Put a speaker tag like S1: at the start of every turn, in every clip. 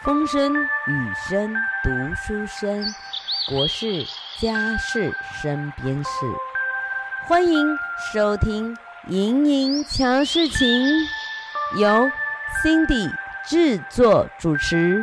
S1: 风声、雨声、读书声，国事、家事、身边事，欢迎收听《莹莹瞧事情》，由 Cindy 制作主持。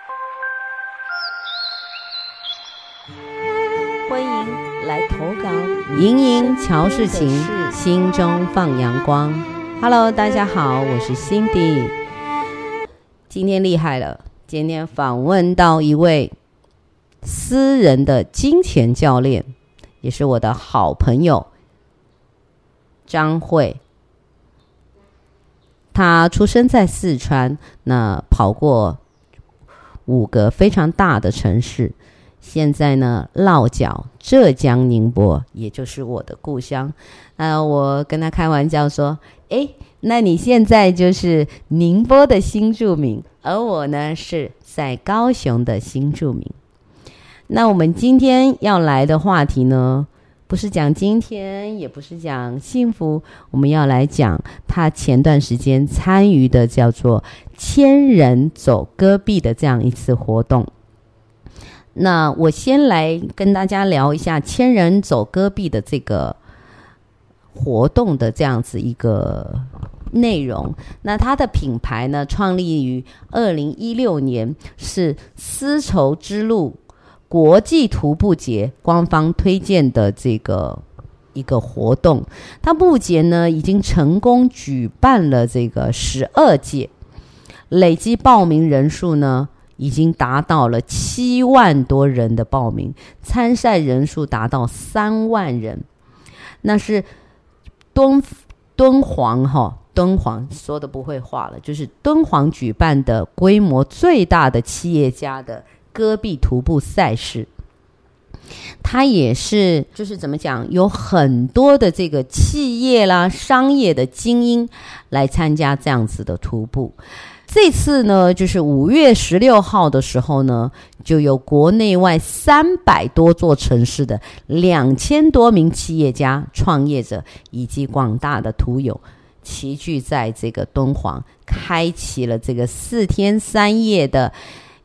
S1: 欢迎来投稿《莹莹瞧事情》，心中放阳光。Hello， 大家好，我是 Cindy。今天厉害了，今天访问到一位私人的金钱教练，也是我的好朋友张慧。他出生在四川，那跑过5个非常大的城市，现在呢落脚浙江宁波，也就是我的故乡。我跟他开玩笑说，那你现在就是宁波的新住民，而我呢是在高雄的新住民。那我们今天要来的话题呢，不是讲今天，也不是讲幸福，我们要来讲他前段时间参与的叫做千人走戈壁的这样一次活动。那我先来跟大家聊一下千人走戈壁的这个活动的这样子一个内容。那它的品牌呢，创立于2016年，是丝绸之路国际徒步节官方推荐的这个一个活动。它目前呢已经成功举办了这个12届，累计报名人数呢已经达到了7万多人的报名，参赛人数达到3万人。那是敦煌说的不会话了，就是敦煌举办的规模最大的企业家的戈壁徒步赛事。它也是就是怎么讲，有很多的这个企业啦、商业的精英来参加这样子的徒步。这次呢，就是5月16号的时候呢，就有国内外300多座城市的2000多名企业家、创业者以及广大的徒友齐聚在这个敦煌，开启了这个4天3夜的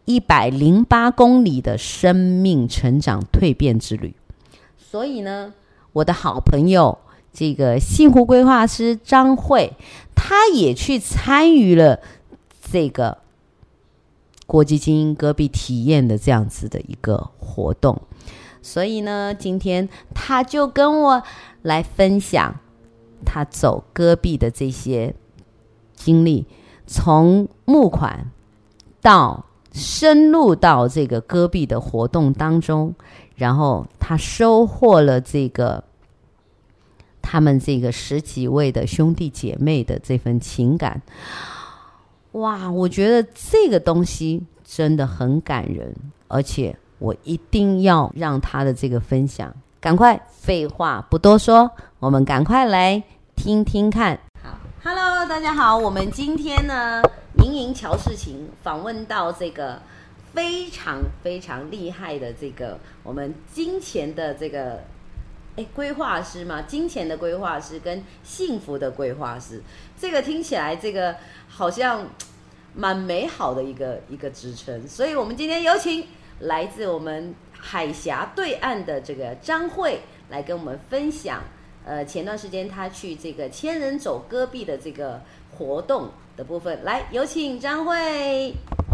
S1: 108公里的生命成长蜕变之旅。所以呢，我的好朋友这个幸福规划师张慧，他也去参与了这个国际精英戈壁体验的这样子的一个活动。所以呢，今天他就跟我来分享他走戈壁的这些经历，从募款到深入到这个戈壁的活动当中，然后他收获了这个他们这个10几位的兄弟姐妹的这份情感。哇，我觉得这个东西真的很感人，而且我一定要让他的这个分享，赶快废话不多说，我们赶快来听听看。好 ，Hello， 大家好，我们今天呢，莹莹瞧事情访问到这个非常非常厉害的这个我们金钱的这个规划师嘛，金钱的规划师跟幸福的规划师，这个听起来这个好像蛮美好的一个职称。所以我们今天有请来自我们海峡对岸的这个张慧来跟我们分享前段时间他去这个千人走戈壁的这个活动的部分。来，有请张慧。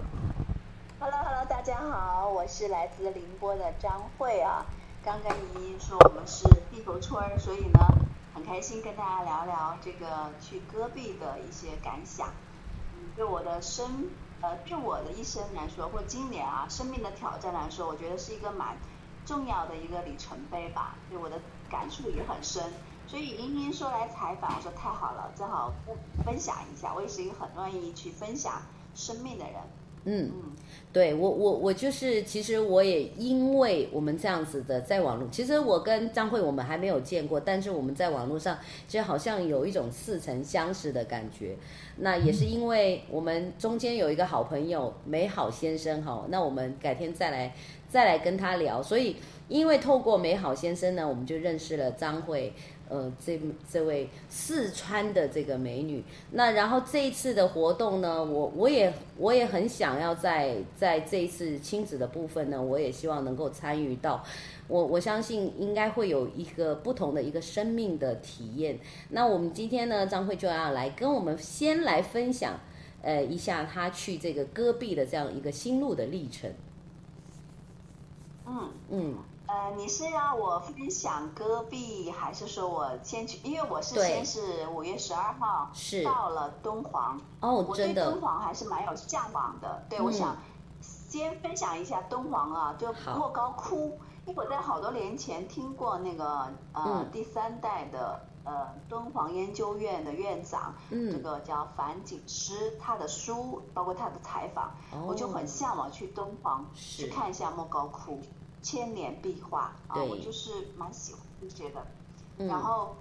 S2: Hello， 大家好，我是来自宁波的张慧啊。刚跟莹莹说我们是地头村，所以呢很开心跟大家聊聊这个去戈壁的一些感想。对我的一生来说，或今年啊生命的挑战来说，我觉得是一个蛮重要的一个里程碑吧，对我的感触也很深。所以莹莹说来采访，我说太好了，正好分享一下，我也是一个很愿意去分享生命的人。
S1: 对，我就是，其实我也因为我们这样子的在网络，其实我跟张慧我们还没有见过，但是我们在网络上其实好像有一种似曾相识的感觉。那也是因为我们中间有一个好朋友美好先生哈，那我们改天再来跟他聊。所以因为透过美好先生呢，我们就认识了张慧。 这位四川的这个美女。那然后这一次的活动呢，我也很想要在这一次亲子的部分呢，我也希望能够参与到。我相信应该会有一个不同的一个生命的体验。那我们今天呢，张慧就要来跟我们先来分享，一下她去这个戈壁的这样一个心路的历程。
S2: 你是要我分享戈壁，还是说我先去？因为我是先是5月12号
S1: 是
S2: 到了敦煌。
S1: 哦，
S2: 我对敦煌还是蛮有向往的。对，我想先分享一下敦煌啊，就莫高窟。因为我在好多年前听过那个第3代的敦煌研究院的院长，这个叫樊锦诗，他的书包括他的采访，我就很向往去敦煌去看一下莫高窟千年壁画啊，我就是蛮喜欢这些的。然后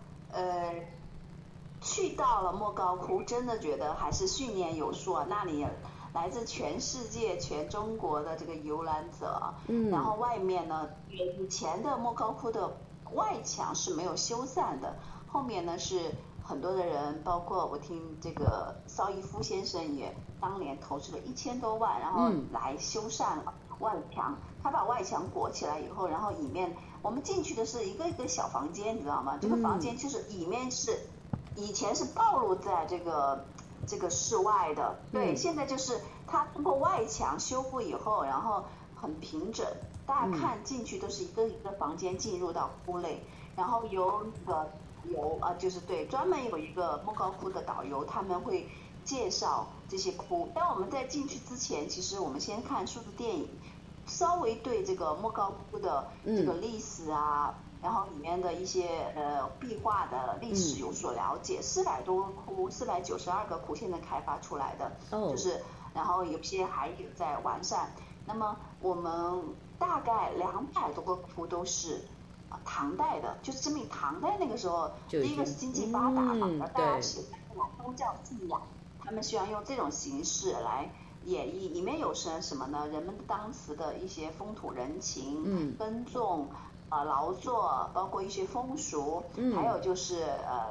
S2: 去到了莫高窟，真的觉得还是训练有素啊，那里来自全世界、全中国的这个游览者，然后外面呢，以前的莫高窟的外墙是没有修缮的，后面呢是很多的人，包括我听这个邵逸夫先生也当年投资了1000多万，然后来修缮了外墙。他把外墙裹起来以后，然后里面我们进去的是一个一个小房间，你知道吗？这个房间就是里面是以前是暴露在这个室外的，对，现在就是它通过外墙修复以后，然后很平整，大家看进去都是一个一个房间进入到窟内，然后有就是对，专门有一个莫高窟的导游，他们会介绍这些窟。但我们在进去之前，其实我们先看数字电影，稍微对这个莫高窟的这个历史啊。然后里面的一些壁画的历史有所了解，400多个窟，492个窟现在开发出来的，就是然后有些还有在完善。那么我们大概200多个窟都是唐代的，就是证明唐代那个时候，第一个是经济发达嘛，大家是宗教信仰，他们希望用这种形式来演绎，里面有什么呢？人们当时的一些风土人情，耕种。劳作，包括一些风俗，还有就是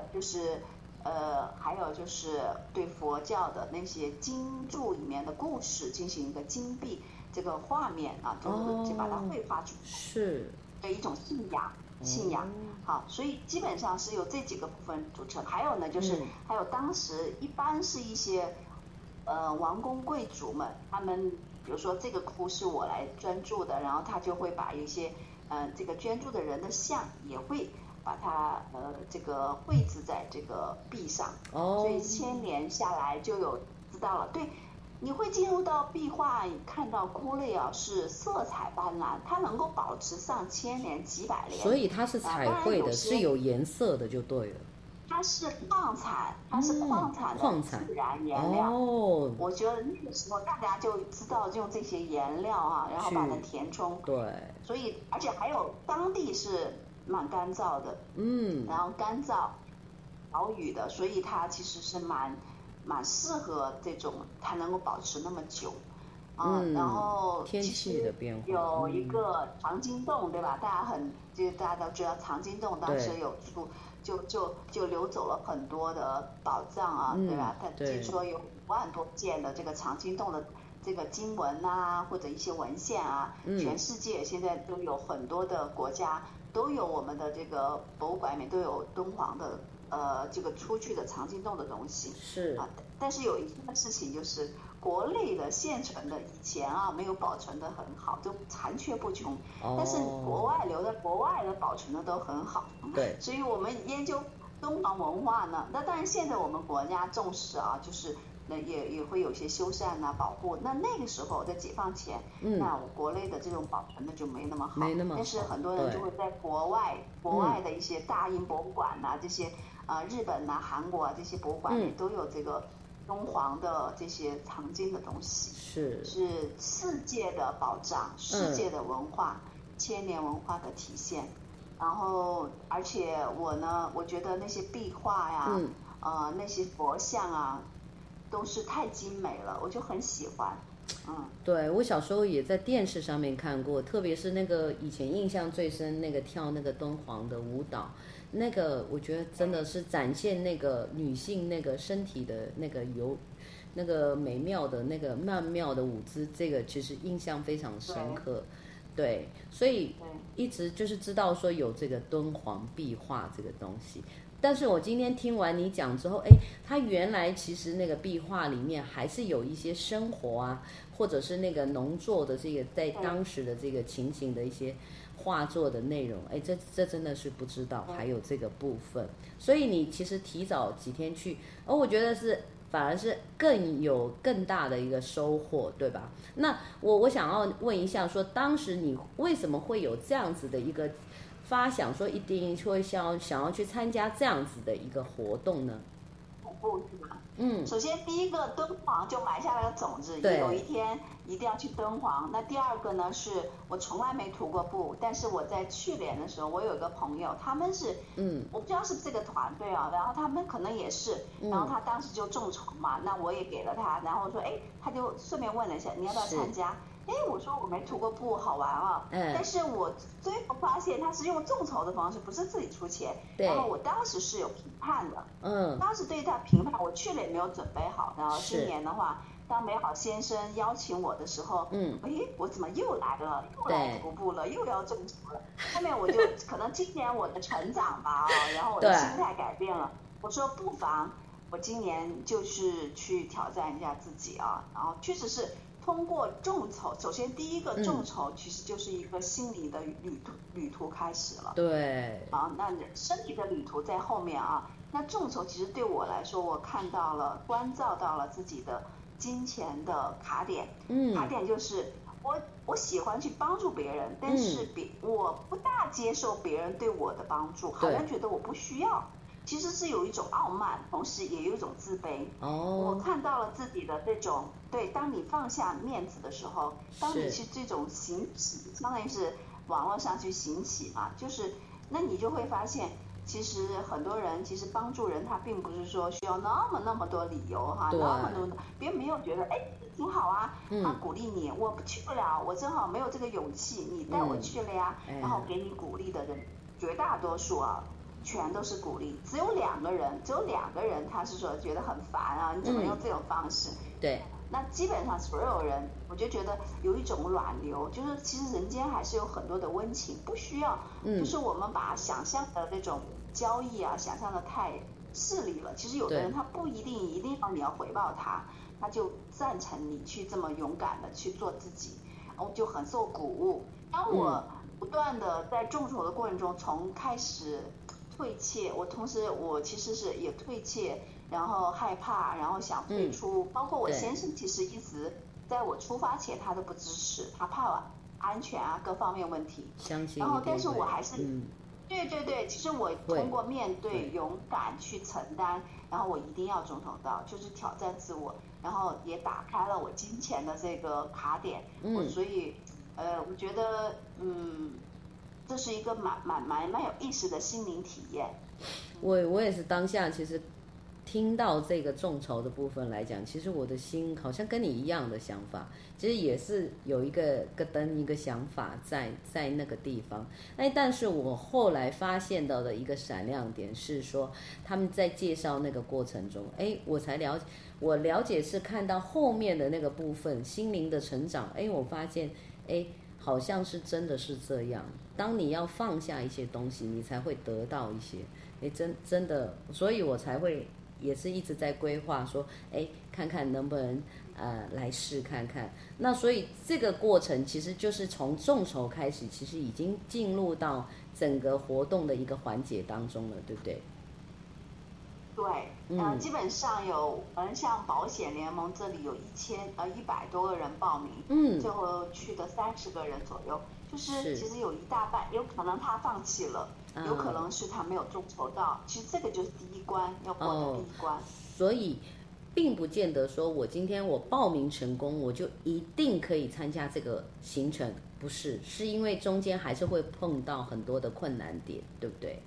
S2: 还有就是对佛教的那些经注里面的故事进行一个金币这个画面啊，就把它绘画出来，
S1: 是
S2: 对一种信仰。好，所以基本上是由这几个部分组成。还有呢，就是还有当时一般是一些王公贵族们，他们比如说这个窟是我来专注的，然后他就会把一些这个捐助的人的像也会把它这个绘制在这个壁上，所以1000年下来就有知道了。对，你会进入到壁画，看到窟内啊是色彩斑斓，它能够保持上千年、几百年，
S1: 所以它是彩绘的，是有颜色的就对了。
S2: 它是矿产，它是矿产的自然颜料。我觉得那个时候大家就知道用这些颜料啊，然后把它填充。
S1: 对。所
S2: 以而且还有当地是蛮干燥的，然后干燥、少雨的，所以它其实是蛮适合这种，它能够保持那么久。然后
S1: 天气的变化
S2: 有一个藏经洞，对吧？大家都知道藏经洞当时有就流走了很多的宝藏啊，对吧？他据说有5万多件的这个藏经洞的这个经文啊，或者一些文献啊，全世界现在都有很多的国家都有我们的这个博物馆里面都有敦煌的这个出去的藏经洞的东西。
S1: 是啊，
S2: 但是有一件事情就是国内的现存的以前啊没有保存的很好，就残缺不穷。但是国外留在国外的保存的都很好。
S1: 对，
S2: 所以我们研究敦煌文化呢，那当然现在我们国家重视啊，就是也会有些修缮啊保护。那个时候在解放前，那国内的这种保存的就没那么好。但是很多人就会在国外的一些大英博物馆啊，这些日本啊、韩国啊这些博物馆里都有这个敦煌的这些藏经的东西，是世界的宝藏，世界的文化，千年文化的体现。然后而且我觉得那些壁画呀，那些佛像啊，都是太精美了，我就很喜欢。
S1: 对，我小时候也在电视上面看过，特别是那个以前印象最深那个跳那个敦煌的舞蹈， 那个我觉得真的是展现那个女性那个身体的那个美妙的那个曼妙的舞姿，这个其实印象非常深刻。对，所以一直就是知道说有这个敦煌壁画这个东西。但是我今天听完你讲之后，哎，它原来其实那个壁画里面还是有一些生活啊，或者是那个农作的这个在当时的这个情形的一些画作的内容，哎，这真的是不知道还有这个部分。所以你其实提早几天去，我觉得是反而是更大的一个收获，对吧？那我想要问一下说，当时你为什么会有这样子的一个发想，说一定会想要去参加这样子的一个活动呢？
S2: 首先第一个敦煌就埋下了个种子，有一天一定要去敦煌。那第二个呢，是我从来没涂过布，但是我在去年的时候，我有一个朋友，他们是我不知道是这个团队啊，然后他们可能也是，然后他当时就众筹嘛，那我也给了他，然后说他就顺便问了一下你要不要参加。我说我没涂过布，好玩啊！但是我最后发现他是用众筹的方式，不是自己出钱。然后我当时是有评判的，当时对他评判，我去了也没有准备好。然后今年的话，当美好先生邀请我的时候，我怎么又来涂布了，又要众筹了？后面我就可能今年我的成长吧，然后我的心态改变了。我说不妨我今年就是去挑战一下自己啊，然后确实是。通过众筹，首先第一个众筹其实就是一个心理的旅途开始了。
S1: 对。
S2: 那身体的旅途在后面啊。那众筹其实对我来说，我看到了、关照到了自己的金钱的卡点。卡点就是我喜欢去帮助别人，但是我不大接受别人对我的帮助，好像觉得我不需要。其实是有一种傲慢，同时也有一种自卑。我看到了自己的这种当你放下面子的时候，当你去这种行乞，相当于是网络上去行乞嘛，就是那你就会发现，其实很多人其实帮助人，他并不是说需要那么多理由哈，那么多别人没有觉得挺好啊，他鼓励你，我不去不了，我正好没有这个勇气，你带我去了呀，然后给你鼓励的人，绝大多数啊。全都是鼓励，只有两个人，他是说觉得很烦啊，你怎么用这种方式？
S1: 对。
S2: 那基本上所有人，我就觉得有一种软流，就是其实人间还是有很多的温情，不需要，就是我们把想象的那种交易啊，想象的太势利了。其实有的人他不一定要你要回报他，他就赞成你去这么勇敢的去做自己，我就很受鼓舞。当我不断的在众筹的过程中，从开始退怯，同时我其实是也退怯，然后害怕，然后想退出，包括我先生其实一直在我出发前他都不支持，他怕安全啊各方面问题，然后但是我还是对，其实我通过面对勇敢去承担，然后我一定要众筹到，就是挑战自我，然后也打开了我金钱的这个卡点，所以我觉得这是一个蛮有意思的心灵体验。
S1: 我也是当下其实听到这个众筹的部分来讲，其实我的心好像跟你一样的想法，其实也是有一个一个想法在那个地方。但是我后来发现到的一个闪亮点是说，他们在介绍那个过程中，我才了解是看到后面的那个部分心灵的成长，我发现好像是真的是这样，当你要放下一些东西，你才会得到一些，真的，所以我才会也是一直在规划说，看看能不能来试看看。那所以这个过程其实就是从众筹开始，其实已经进入到整个活动的一个环节当中了，对不对？
S2: 对，基本上有像保险联盟这里有100多个人报名，最后去的30个人左右，就是其实有一大半，有可能他放弃了，有可能是他没有众筹到，其实这个就是第一关要过的第一关。
S1: 所以并不见得说我今天我报名成功，我就一定可以参加这个行程，不是，是因为中间还是会碰到很多的困难点，对不对？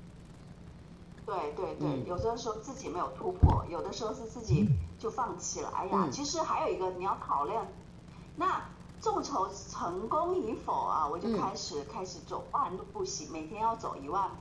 S2: 对，有的时候自己没有突破，有的时候是自己就放弃了。其实还有一个你要考量，那众筹成功与否啊，我就开始走万路步行，每天要走1万步。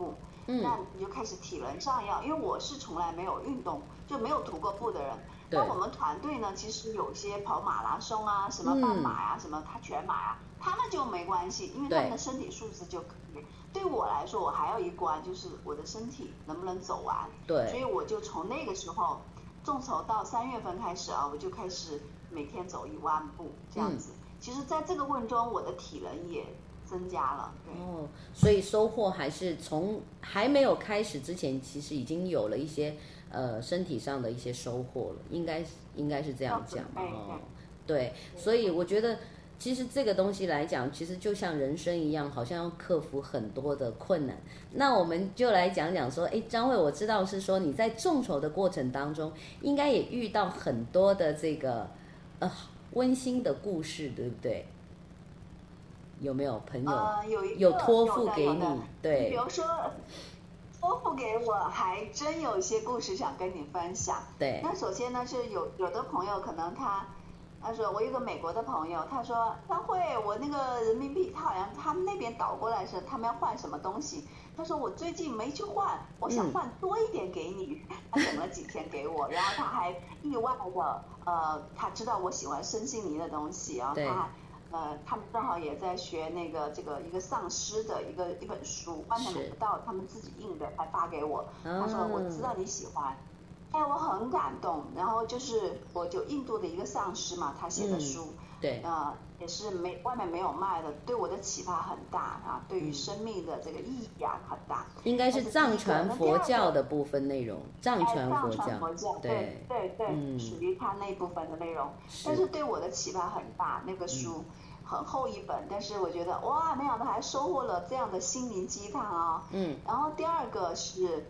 S2: 那你就开始体能上要，因为我是从来没有运动，就没有徒过步的人。那我们团队呢，其实有些跑马拉松啊，什么半马呀、什么他全马啊，他们就没关系，因为他们的身体素质就可以。对我来说，我还有一关就是我的身体能不能走完。
S1: 对，
S2: 所以我就从那个时候众筹到3月份开始啊，我就开始每天走1万步这样子。其实在这个过程中，我的体能也增加了。对
S1: 哦，所以收获还是从还没有开始之前，其实已经有了一些身体上的一些收获了，应该是这样讲哦。对，所以我觉得其实这个东西来讲，其实就像人生一样，好像要克服很多的困难。那我们就来讲讲说，张慧，我知道是说你在众筹的过程当中，应该也遇到很多的这个温馨的故事，对不对？有没有朋友有托付给你？对，
S2: 比如说托付给我，还真有一些故事想跟你分享。
S1: 对，
S2: 那首先呢，是有的朋友可能他说我有个美国的朋友，他说张慧，我那个人民币他好像他们那边倒过来是他们要换什么东西，他说我最近没去换，我想换多一点给你，他等了几天给我，然后他还意外的他知道我喜欢身心灵的东西啊，他们正好也在学一个丧尸的一本书，外面买不到，他们自己印的，还发给我。他说我知道你喜欢，我很感动。然后我就印度的一个丧尸嘛，他写的书，
S1: 对，
S2: 也是外面没有卖的，对我的启发很大啊，对于生命的这个意义啊很大。
S1: 应该是藏传佛教的部分内容，藏传佛教，
S2: 对，属于他那部分的内容，但是对我的启发很大，那个书。很厚一本，但是我觉得哇，没想到还收获了这样的心灵鸡汤啊。然后第二个是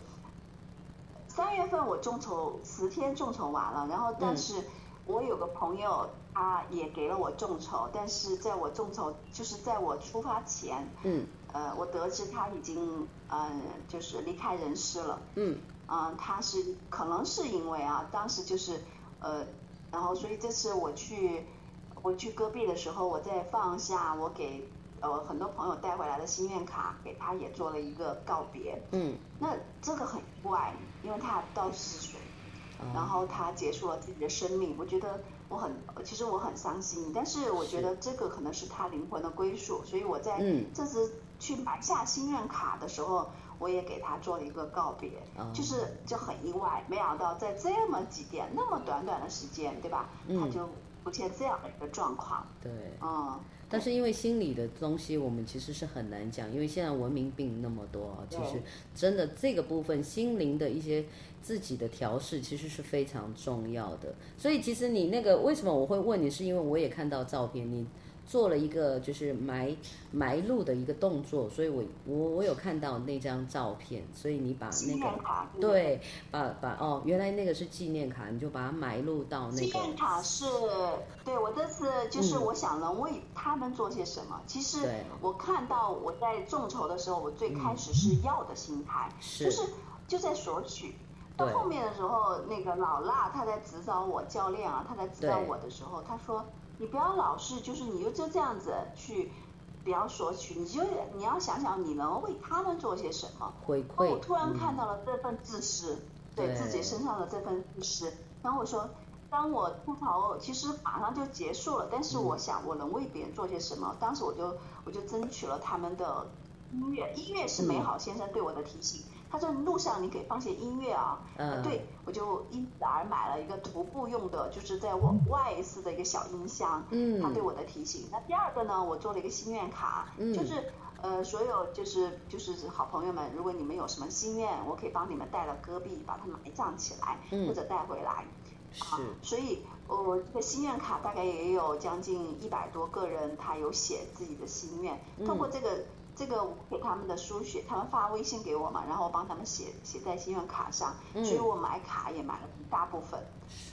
S2: 3月份我众筹10天众筹完了，然后但是我有个朋友他也给了我众筹，但是在我众筹就是在我出发前，我得知他已经就是离开人世了。他是可能是因为当时就是然后所以这次我去戈壁的时候，我在放下我给很多朋友带回来的心愿卡，给他也做了一个告别。那这个很意外，因为他到40岁，然后他结束了自己的生命。我觉得其实我很伤心，但是我觉得这个可能是他灵魂的归属，所以我在这次去买下心愿卡的时候，我也给他做了一个告别，就很意外，没想到在这么几天那么短的时间，对吧？他就出现这样的一个状况。
S1: 对，但是因为心理的东西我们其实是很难讲，因为现在文明病那么多，其实真的这个部分心灵的一些自己的调试其实是非常重要的。所以其实你那个为什么我会问你，是因为我也看到照片，你做了一个就是埋入的一个动作，所以我有看到那张照片，所以你把那个对把原来那个是纪念卡，你就把它埋入到那个
S2: 纪念卡是对我这次就是我想能为他们做些什么。其实我看到我在众筹的时候，我最开始是要的心态，就在索取。到后面的时候，那个老辣他在指导我教练他在指导我的时候，他说你不要老是你就这样子去不要索取，你要想想你能为他们做些什么
S1: 回馈。
S2: 我突然看到了这份自私，对自己身上的这份自私，然后我说当我吐槽其实马上就结束了，但是我想我能为别人做些什么。当时我就争取了他们的音乐是美好先生对我的提醒，他说路上你可以放些音乐对，我就因此而买了一个徒步用的，就是在外式的一个小音箱，他对我的提醒。那第二个呢，我做了一个心愿卡，就是所有就是好朋友们，如果你们有什么心愿，我可以帮你们带到戈壁把它埋葬起来，或者带回来。所以我这个心愿卡大概也有将近100多个人，他有写自己的心愿，通过这个我给他们的书写，他们发微信给我嘛，然后我帮他们写在心愿卡上，所以我买卡也买了一大部分。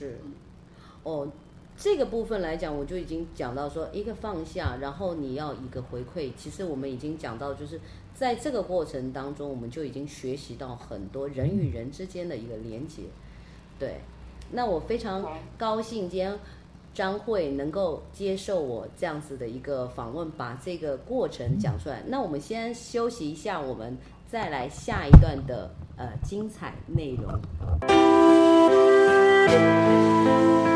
S1: 这个部分来讲，我就已经讲到说一个放下，然后你要一个回馈。其实我们已经讲到，就是在这个过程当中，我们就已经学习到很多人与人之间的一个连结。对，那我非常高兴今天张慧能够接受我这样子的一个访问，把这个过程讲出来。那我们先休息一下，我们再来下一段的精彩内容。